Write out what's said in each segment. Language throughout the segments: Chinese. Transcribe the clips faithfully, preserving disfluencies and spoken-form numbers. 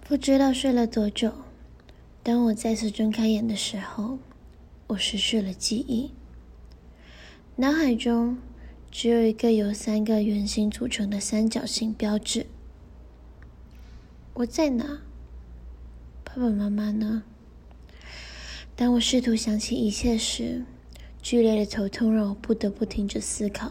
不知道睡了多久，当我再次睁开眼的时候，我失去了记忆。脑海中只有一个由三个圆形组成的三角形标志。我在哪？爸爸妈妈呢？当我试图想起一切时，剧烈的头痛让我不得不停止思考。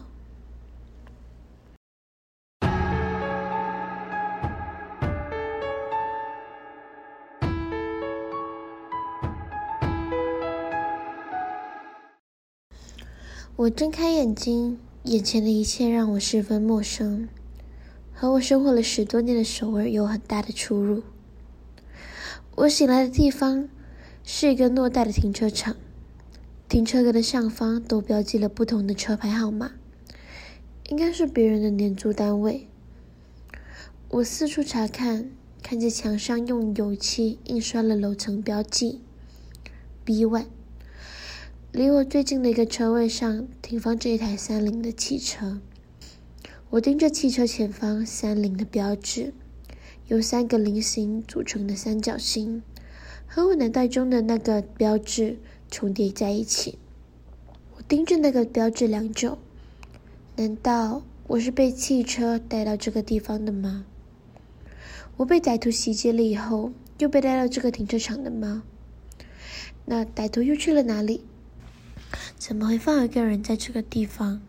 我睁开眼睛，眼前的一切让我十分陌生，和我生活了十多年的首尔有很大的出入。我醒来的地方是一个偌大的停车场，停车格的上方都标记了不同的车牌号码，应该是别人的年租单位。我四处查看，看见墙上用油漆印刷了楼层标记 B 一。离我最近的一个车位上停放着一台三菱的汽车，我盯着汽车前方三菱的标志，由三个菱形组成的三角形，和我脑袋中的那个标志重叠在一起。我盯着那个标志良久，难道我是被汽车带到这个地方的吗？我被歹徒袭击了以后，又被带到这个停车场的吗？那歹徒又去了哪里？怎么会放一个人在这个地方？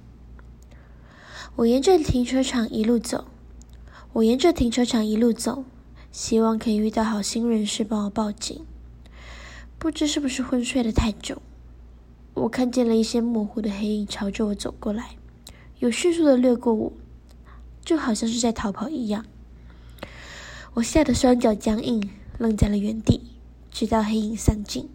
我沿着停车场一路走，我沿着停车场一路走，希望可以遇到好心人士帮我报警。不知是不是昏睡得太久，我看见了一些模糊的黑影朝着我走过来，有迅速的掠过我，就好像是在逃跑一样。我吓得双脚僵硬，愣在了原地，直到黑影散尽。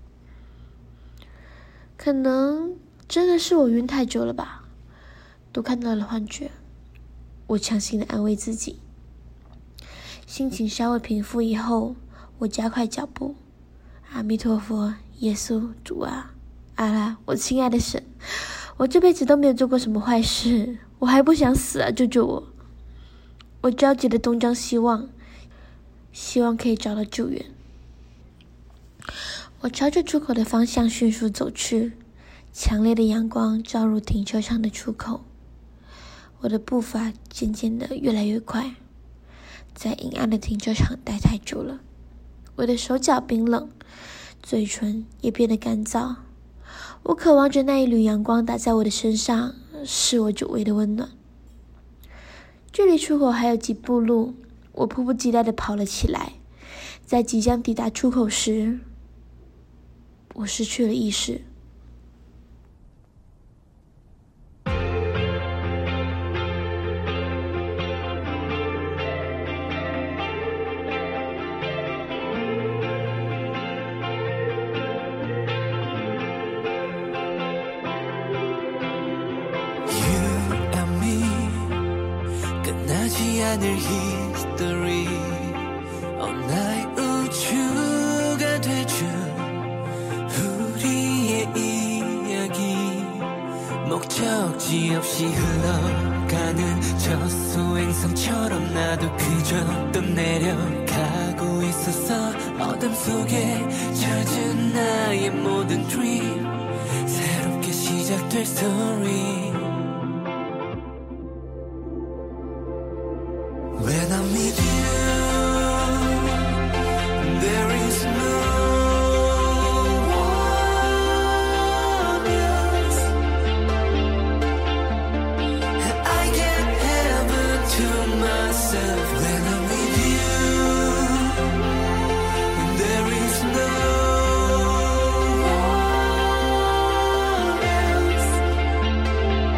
可能真的是我晕太久了吧，都看到了幻觉。我强行的安慰自己。心情稍微平复以后，我加快脚步。阿弥陀佛，耶稣，主啊，阿拉，我亲爱的神，我这辈子都没有做过什么坏事，我还不想死啊，救救我！我着急的东张西望，希望可以找到救援。我朝着出口的方向迅速走去，强烈的阳光照入停车场的出口，我的步伐渐渐的越来越快。在阴暗的停车场待太久了，我的手脚冰冷，嘴唇也变得干燥。我渴望着那一缕阳光打在我的身上，是我久违的温暖。距离出口还有几步路，我迫不及待地跑了起来。在即将抵达出口时，我失去了意识。 끝나지 않을 history 어, 나의 우주가 되준 우리의 이야기 목적지 없이 흘러가는 저 소행성처럼 나도 그저 떠내려가고 있었어. 어둠 속에 젖은 나의 모든 dream 새롭게 시작될 story. When I'm with you, there is no one else. I get heaven to myself. When I'm with you, there is no one else.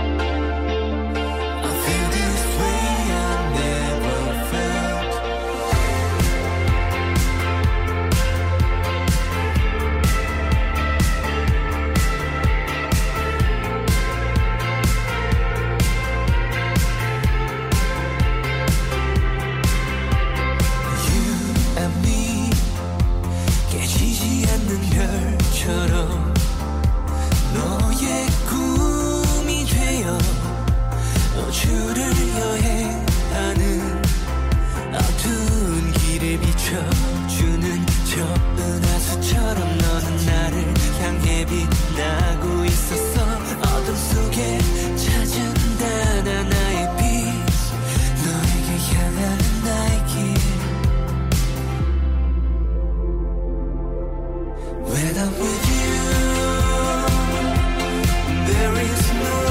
비춰주는 저 은하수처럼 너는 나를 향해 빛나고 있었어. 어둠 속에 찾은 단 하나의 빛, 너에게 향하는 나의 길. When I'm with you, there is no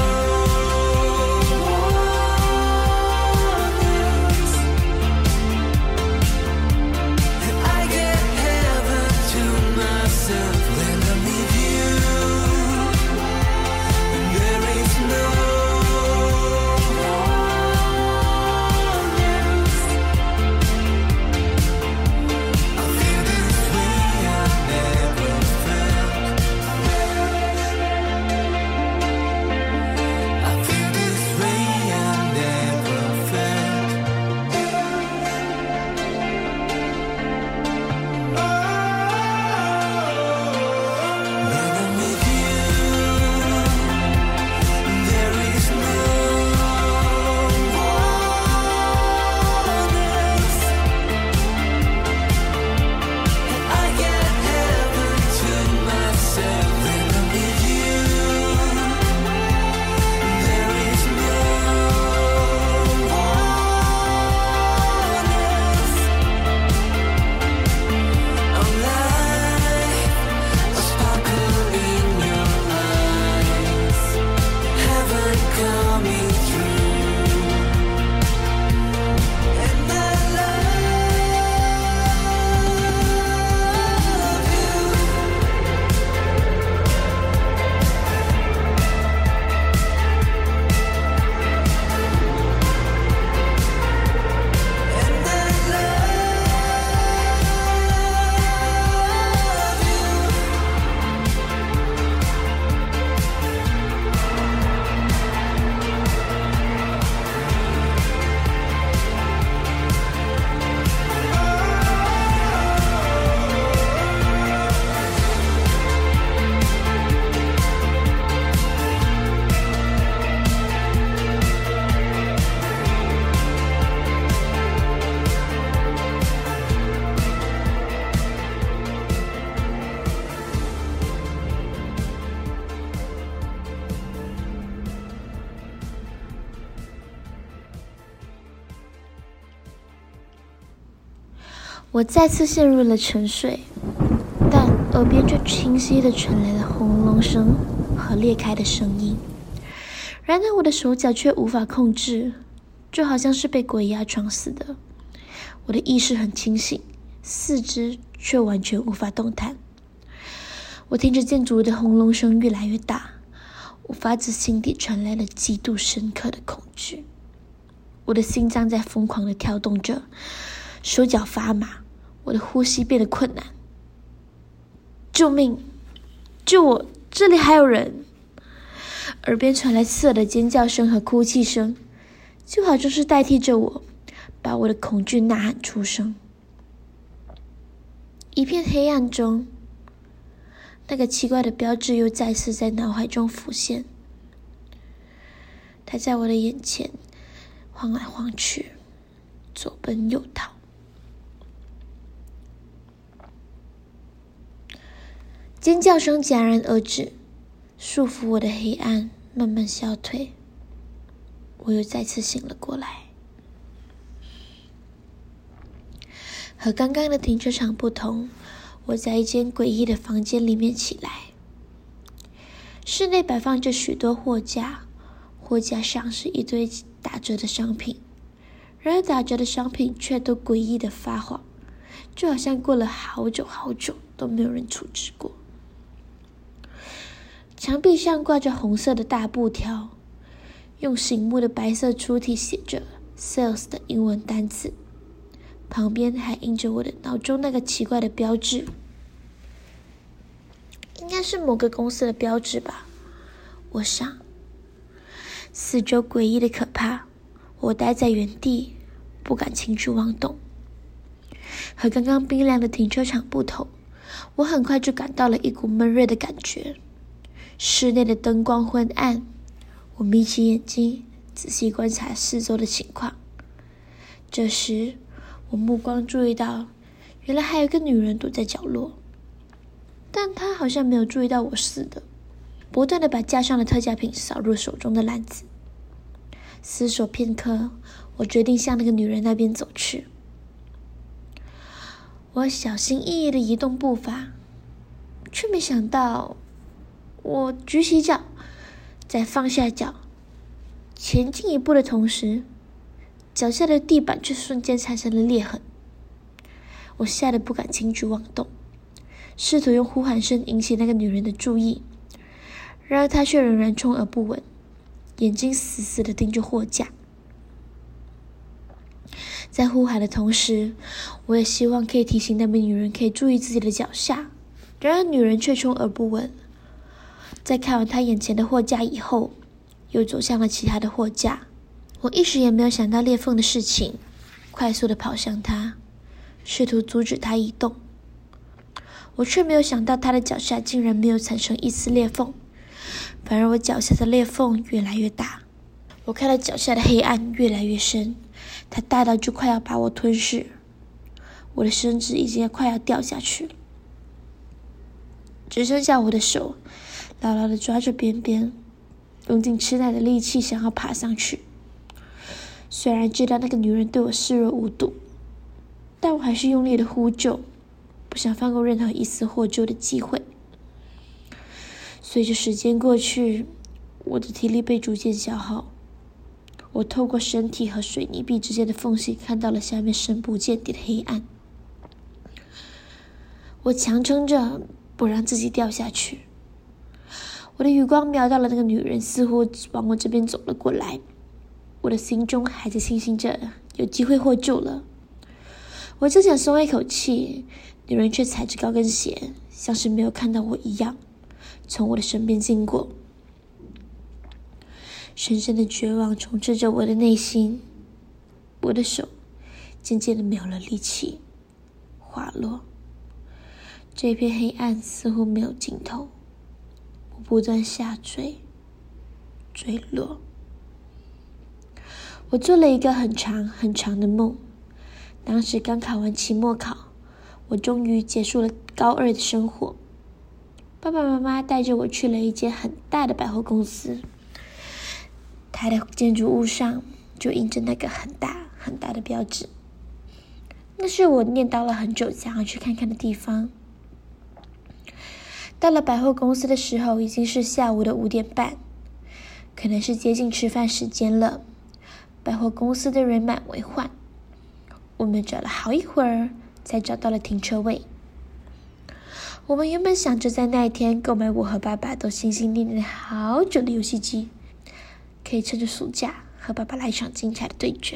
我再次陷入了沉睡，但耳边却清晰地传来了轰隆声和裂开的声音。然而我的手脚却无法控制，就好像是被鬼压床似的。我的意识很清醒，四肢却完全无法动弹。我听着建筑物的轰隆声越来越大，我发自心底传来了极度深刻的恐惧。我的心脏在疯狂地跳动着，手脚发麻，我的呼吸变得困难。救命！救我！这里还有人！耳边传来刺耳的尖叫声和哭泣声，就好像是代替着我，把我的恐惧呐喊出声。一片黑暗中，那个奇怪的标志又再次在脑海中浮现。它在我的眼前晃来晃去，左奔右逃。尖叫声戛然而止，束缚我的黑暗慢慢消退，我又再次醒了过来。和刚刚的停车场不同，我在一间诡异的房间里面起来。室内摆放着许多货架，货架上是一堆打折的商品，然而打折的商品却都诡异的发黄，就好像过了好久好久都没有人处置过。墙壁上挂着红色的大布条，用醒目的白色粗体写着 sales 的英文单词，旁边还印着我的脑中那个奇怪的标志，应该是某个公司的标志吧，我想。四周诡异的可怕，我待在原地，不敢轻举妄动。和刚刚冰凉的停车场不同，我很快就感到了一股闷热的感觉。室内的灯光昏暗，我眯起眼睛，仔细观察四周的情况。这时，我目光注意到原来还有一个女人躲在角落，但她好像没有注意到我似的，不断地把架上的特价品扫入手中的篮子。思索片刻，我决定向那个女人那边走去。我小心翼翼地移动步伐，却没想到，我举起脚，再放下脚，前进一步的同时，脚下的地板却瞬间产生了裂痕。我吓得不敢轻举妄动，试图用呼喊声引起那个女人的注意，然而她却仍然充耳不闻，眼睛死死地盯着货架。在呼喊的同时，我也希望可以提醒那名女人可以注意自己的脚下，然而女人却充耳不闻。在看完她眼前的货架以后，又走向了其他的货架。我一时也没有想到裂缝的事情，快速地跑向她，试图阻止她移动。我却没有想到她的脚下竟然没有产生一丝裂缝，反而我脚下的裂缝越来越大。我看到脚下的黑暗越来越深，它大到就快要把我吞噬，我的身子已经快要掉下去了，只剩下我的手牢牢地抓着边边，用尽吃奶的力气想要爬上去。虽然知道那个女人对我视若无睹，但我还是用力地呼救，不想放过任何一丝获救的机会。随着时间过去，我的体力被逐渐消耗，我透过身体和水泥壁之间的缝隙看到了下面深不见底的黑暗。我强撑着不让自己掉下去，我的余光瞄到了那个女人似乎往我这边走了过来，我的心中还在庆幸着有机会获救了。我正想松一口气，女人却踩着高跟鞋，像是没有看到我一样，从我的身边经过。深深的绝望充斥着我的内心，我的手渐渐的没有了力气，滑落。这片黑暗似乎没有尽头，我不断下坠，坠落。我做了一个很长很长的梦。当时刚考完期末考，我终于结束了高二的生活。爸爸妈妈带着我去了一间很大的百货公司，它的建筑物上就印着那个很大很大的标志。那是我念叨了很久想要去看看的地方。到了百货公司的时候，已经是下午的五点半，可能是接近吃饭时间了。百货公司的人满为患，我们找了好一会儿才找到了停车位。我们原本想着在那一天购买我和爸爸都心心念念好久的游戏机，可以趁着暑假和爸爸来一场精彩的对决。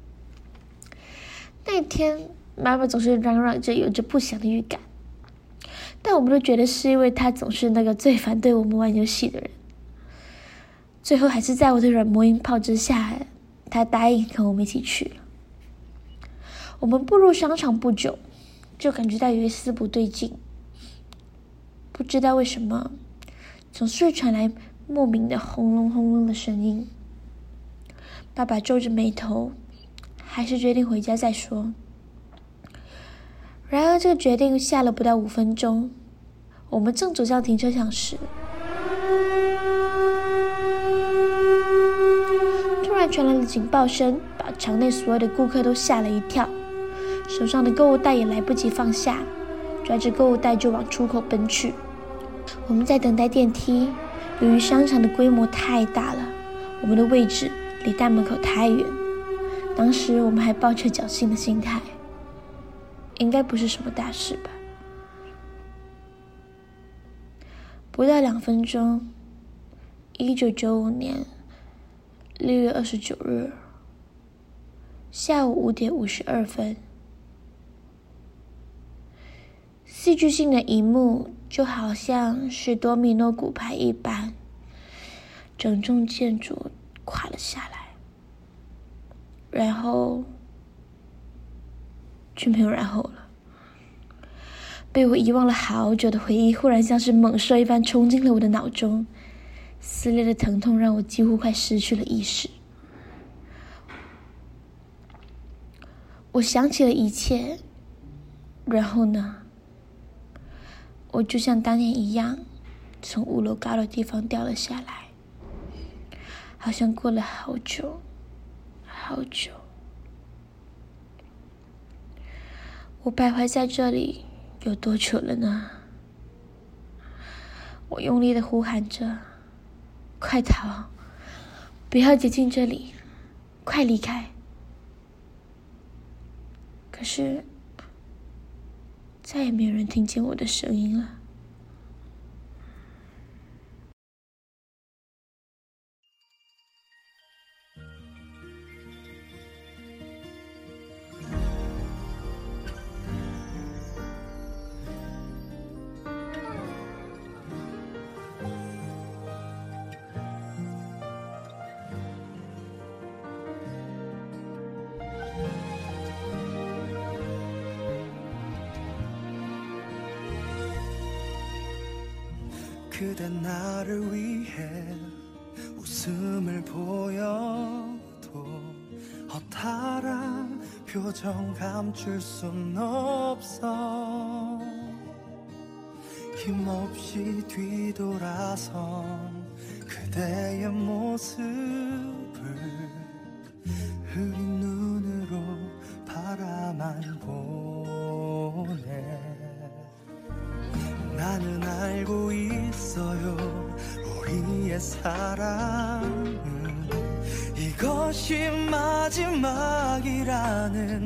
那一天妈妈总是嚷嚷着有着不祥的预感，但我们都觉得是因为她总是那个最反对我们玩游戏的人。最后还是在我的软磨硬泡之下，她答应跟我们一起去了。我们步入商场不久，就感觉到有一丝不对劲。不知道为什么，总是会传来莫名的轰隆轰隆的声音。爸爸皱着眉头，还是决定回家再说。然而这个决定下了不到五分钟，我们正走向停车场时，突然传来了警报声，把场内所有的顾客都吓了一跳，手上的购物袋也来不及放下，抓着购物袋就往出口奔去。我们在等待电梯，由于商场的规模太大了，我们的位置离大门口太远。当时我们还抱着侥幸的心态，应该不是什么大事吧。不到两分钟，一九九五年六月二十九日下午五点五十二分，戏剧性的一幕就好像是多米诺骨牌一般，整栋建筑垮了下来，然后就没有然后了。被我遗忘了好久的回忆忽然像是猛兽一般冲进了我的脑中，撕裂的疼痛让我几乎快失去了意识。我想起了一切， 然后呢，我就像当年一样，从五楼高的地方掉了下来，好像过了好久好久。我徘徊在这里有多久了呢？我用力的呼喊着，快逃，不要接近这里，快离开。可是再也没有人听见我的声音了。 그대 나를 위해 웃음을 보여도 허탈한 표정 감출 순 없어 힘없이 뒤돌아선 그대의 모습을 흐린 눈으로 바라만 보네 나는 알고 있어요 우리의 사랑은 이것이 마지막이라는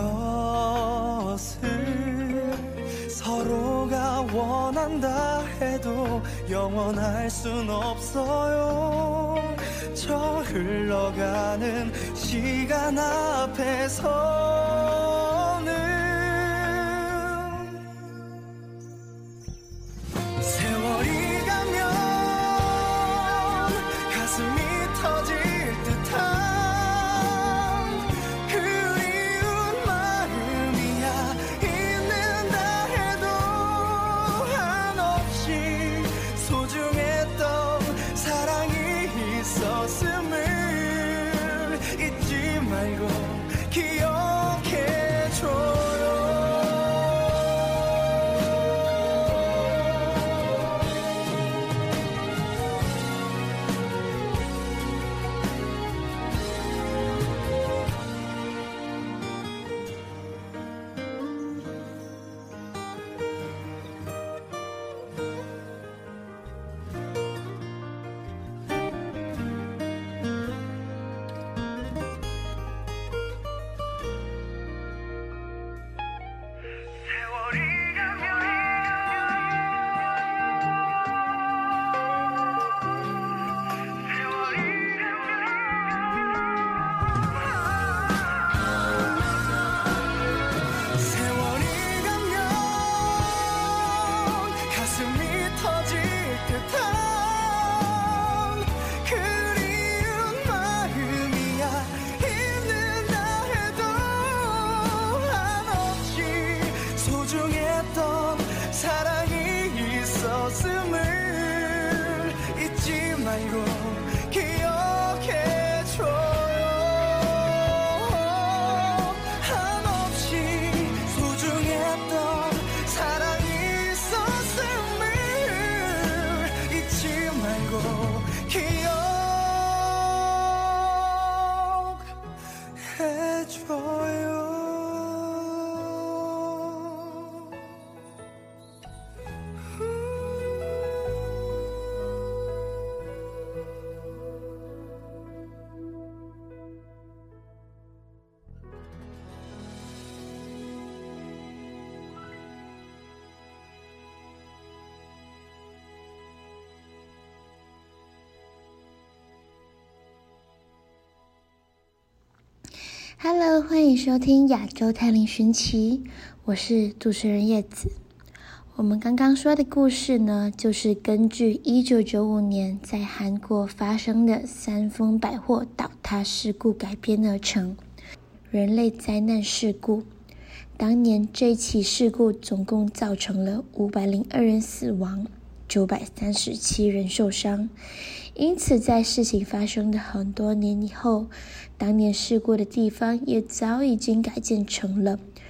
것을 서로가 원한다 해도 영원할 순 없어요 저 흘러가는 시간 앞에서는 Hello， 欢迎收听亚洲泰林寻奇，我是主持人叶子。我们刚刚说的故事呢，就是根据一九九五年在韩国发生的三丰百货倒塌事故改编而成，人类灾难事故。当年这起事故总共造成了五百零二人死亡，九百三十七人受伤。因此在事情发生的很多年以后，当年事故的地方也早已经改建成了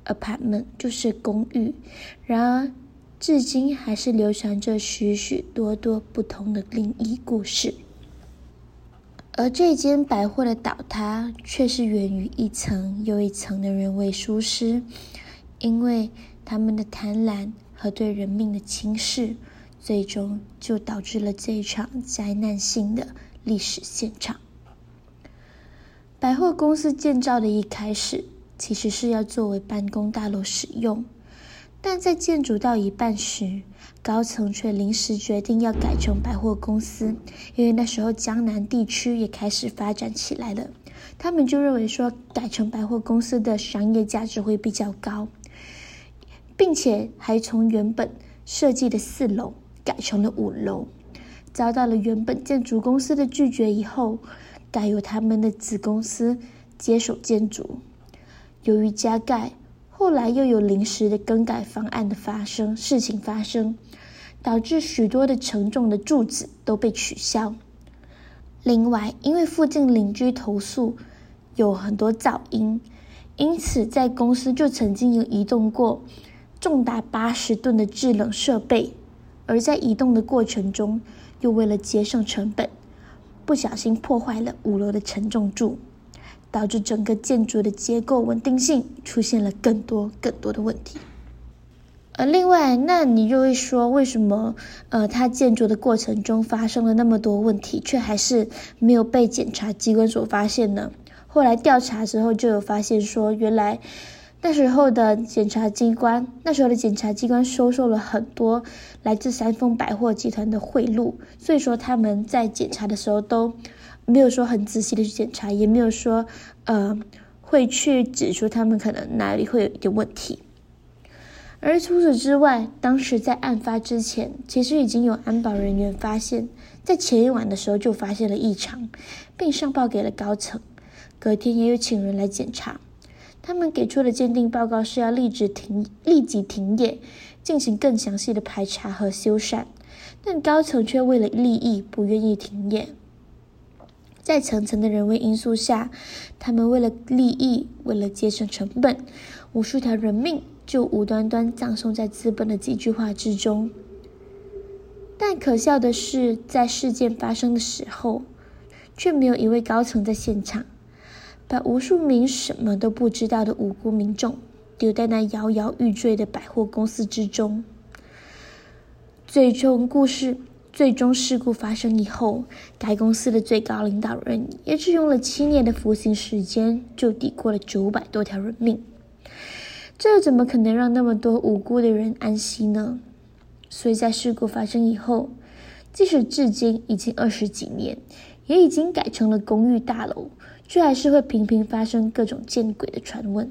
apartment 就是公寓，然而至今还是流传着许许多多不同的灵异故事。而这间百货的倒塌却是源于一层又一层的人为疏失，因为他们的贪婪和对人命的轻视，最终就导致了这一场灾难性的历史现场。百货公司建造的一开始其实是要作为办公大楼使用，但在建筑到一半时，高层却临时决定要改成百货公司，因为那时候江南地区也开始发展起来了，他们就认为说改成百货公司的商业价值会比较高，并且还从原本设计的四楼改成了五楼。遭到了原本建筑公司的拒绝以后，改由他们的子公司接手建筑。由于加盖，后来又有临时的更改方案的发生事情发生，导致许多的承重的柱子都被取消。另外，因为附近邻居投诉有很多噪音，因此在公司就曾经有移动过重达八十吨的制冷设备，而在移动的过程中，又为了节省成本，不小心破坏了五楼的承重柱，导致整个建筑的结构稳定性出现了更多更多的问题。而另外，那你就会说，为什么呃，它建筑的过程中发生了那么多问题，却还是没有被检察机关所发现呢？后来调查之后就有发现说，原来那时候的检察机关，那时候的检察机关收受了很多来自三丰百货集团的贿赂，所以说他们在检查的时候都没有说很仔细的去检查，也没有说呃会去指出他们可能哪里会有一点问题。而除此之外，当时在案发之前，其实已经有安保人员发现，在前一晚的时候就发现了异常，并上报给了高层。隔天也有请人来检查，他们给出的鉴定报告是要立即停立即停业，进行更详细的排查和修缮，但高层却为了利益不愿意停业。在层层的人为因素下，他们为了利益，为了节省成本，无数条人命就无端端葬送在资本的几句话之中。但可笑的是，在事件发生的时候，却没有一位高层在现场，把无数名什么都不知道的无辜民众丢在那摇摇欲坠的百货公司之中。最终故事最终事故发生以后，该公司的最高领导人也只用了七年的服刑时间，就抵过了九百多条人命。这怎么可能让那么多无辜的人安息呢？所以在事故发生以后，即使至今已经二十几年，也已经改成了公寓大楼，却还是会频频发生各种见鬼的传闻。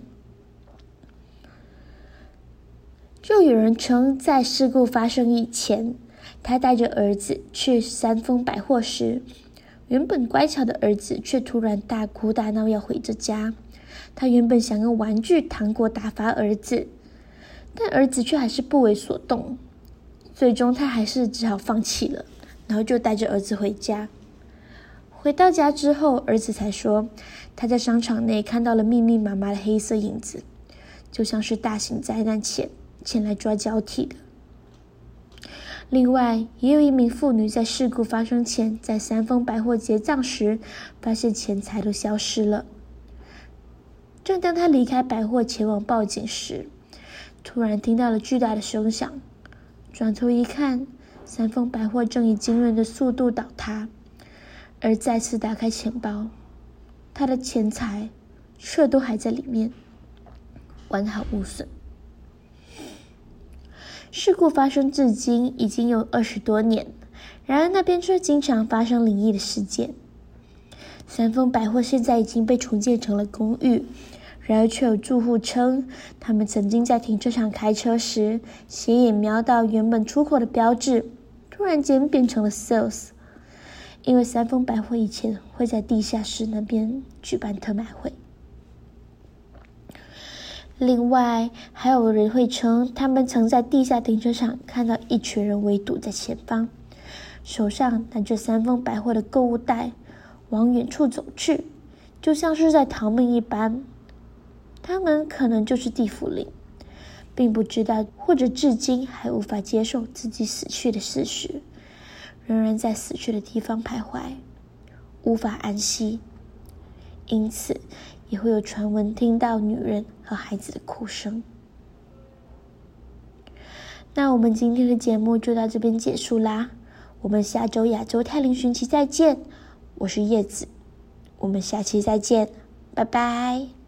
就有人称，在事故发生以前，他带着儿子去三丰百货时，原本乖巧的儿子却突然大哭大闹要回着家。他原本想用玩具糖果打发儿子，但儿子却还是不为所动，最终他还是只好放弃了，然后就带着儿子回家。回到家之后，儿子才说他在商场内看到了密密麻麻的黑色影子，就像是大型灾难前前来抓交替的。另外，也有一名妇女在事故发生前在三丰百货结账时，发现钱财都消失了。正当他离开百货前往报警时，突然听到了巨大的声响，转头一看，三丰百货正以惊人的速度倒塌。而再次打开钱包，他的钱财却都还在里面，完好无损。事故发生至今已经有二十多年，然而那边却经常发生灵异的事件。三丰百货现在已经被重建成了公寓，然而却有住户称，他们曾经在停车场开车时，斜眼瞄到原本出口的标志，突然间变成了 sales。因为三丰百货以前会在地下室那边举办特卖会。另外，还有人会称，他们曾在地下停车场看到一群人围堵在前方，手上拿着三丰百货的购物袋，往远处走去，就像是在逃命一般。 他们可能就是地府灵，并不知道或者至今还无法接受自己死去的事实，仍然在死去的地方徘徊，无法安息。因此也会有传闻听到女人和孩子的哭声。那我们今天的节目就到这边结束啦，我们下周亚洲泰灵寻奇再见，我是叶子，我们下期再见，拜拜。